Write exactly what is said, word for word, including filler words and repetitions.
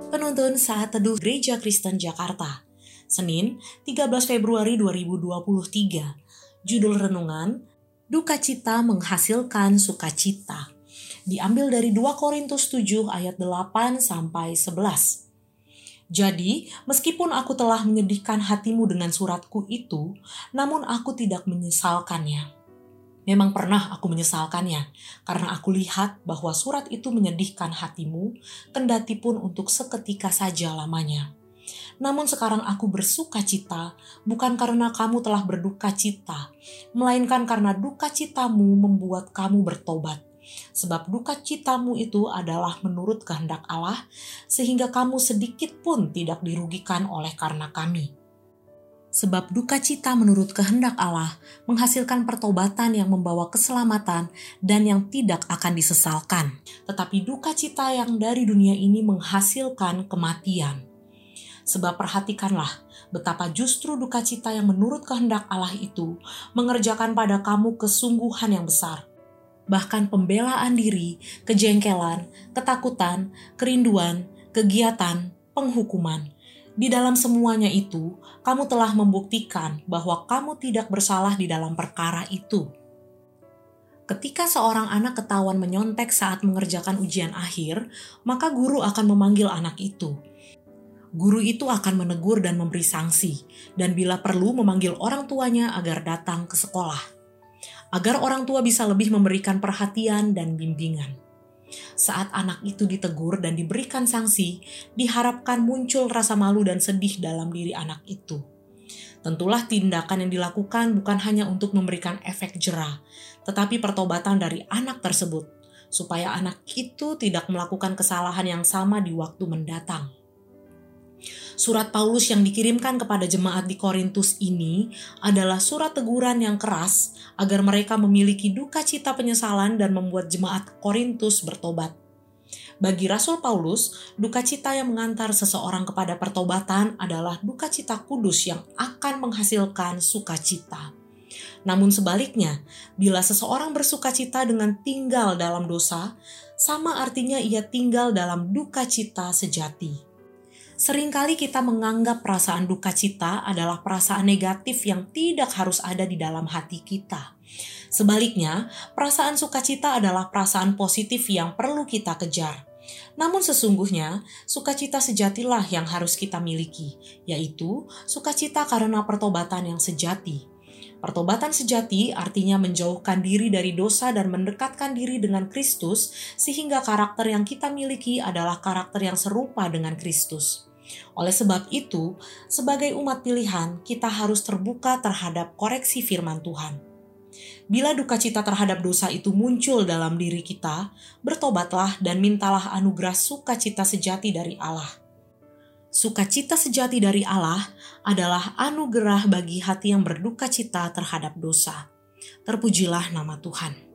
Penuntun Saat Teduh Gereja Kristen Jakarta, Senin tiga belas Februari dua ribu dua puluh tiga. Judul renungan, Duka Cita Menghasilkan Sukacita. Diambil dari dua Korintus tujuh ayat delapan sampai sebelas. Jadi, meskipun aku telah menyedihkan hatimu dengan suratku itu, namun aku tidak menyesalkannya. Memang pernah aku menyesalkannya, karena aku lihat bahwa surat itu menyedihkan hatimu, kendati pun untuk seketika saja lamanya. Namun sekarang aku bersuka cita, bukan karena kamu telah berduka cita, melainkan karena duka citamu membuat kamu bertobat. Sebab duka citamu itu adalah menurut kehendak Allah, sehingga kamu sedikit pun tidak dirugikan oleh karena kami. Sebab duka cita menurut kehendak Allah menghasilkan pertobatan yang membawa keselamatan dan yang tidak akan disesalkan. Tetapi duka cita yang dari dunia ini menghasilkan kematian. Sebab perhatikanlah betapa justru duka cita yang menurut kehendak Allah itu mengerjakan pada kamu kesungguhan yang besar. Bahkan pembelaan diri, kejengkelan, ketakutan, kerinduan, kegiatan, penghukuman. Di dalam semuanya itu, kamu telah membuktikan bahwa kamu tidak bersalah di dalam perkara itu. Ketika seorang anak ketahuan menyontek saat mengerjakan ujian akhir, maka guru akan memanggil anak itu. Guru itu akan menegur dan memberi sanksi, dan bila perlu memanggil orang tuanya agar datang ke sekolah, agar orang tua bisa lebih memberikan perhatian dan bimbingan. Saat anak itu ditegur dan diberikan sanksi, diharapkan muncul rasa malu dan sedih dalam diri anak itu. Tentulah tindakan yang dilakukan bukan hanya untuk memberikan efek jera, tetapi pertobatan dari anak tersebut, supaya anak itu tidak melakukan kesalahan yang sama di waktu mendatang. Surat Paulus yang dikirimkan kepada jemaat di Korintus ini adalah surat teguran yang keras agar mereka memiliki duka cita penyesalan dan membuat jemaat Korintus bertobat. Bagi Rasul Paulus, duka cita yang mengantar seseorang kepada pertobatan adalah duka cita kudus yang akan menghasilkan sukacita. Namun sebaliknya, bila seseorang bersuka cita dengan tinggal dalam dosa, sama artinya ia tinggal dalam duka cita sejati. Seringkali kita menganggap perasaan duka cita adalah perasaan negatif yang tidak harus ada di dalam hati kita. Sebaliknya, perasaan sukacita adalah perasaan positif yang perlu kita kejar. Namun sesungguhnya, sukacita sejatilah yang harus kita miliki, yaitu sukacita karena pertobatan yang sejati. Pertobatan sejati artinya menjauhkan diri dari dosa dan mendekatkan diri dengan Kristus, sehingga karakter yang kita miliki adalah karakter yang serupa dengan Kristus. Oleh sebab itu, sebagai umat pilihan, kita harus terbuka terhadap koreksi firman Tuhan. Bila duka cita terhadap dosa itu muncul dalam diri kita, bertobatlah dan mintalah anugerah sukacita sejati dari Allah. Sukacita sejati dari Allah adalah anugerah bagi hati yang berduka cita terhadap dosa. Terpujilah nama Tuhan.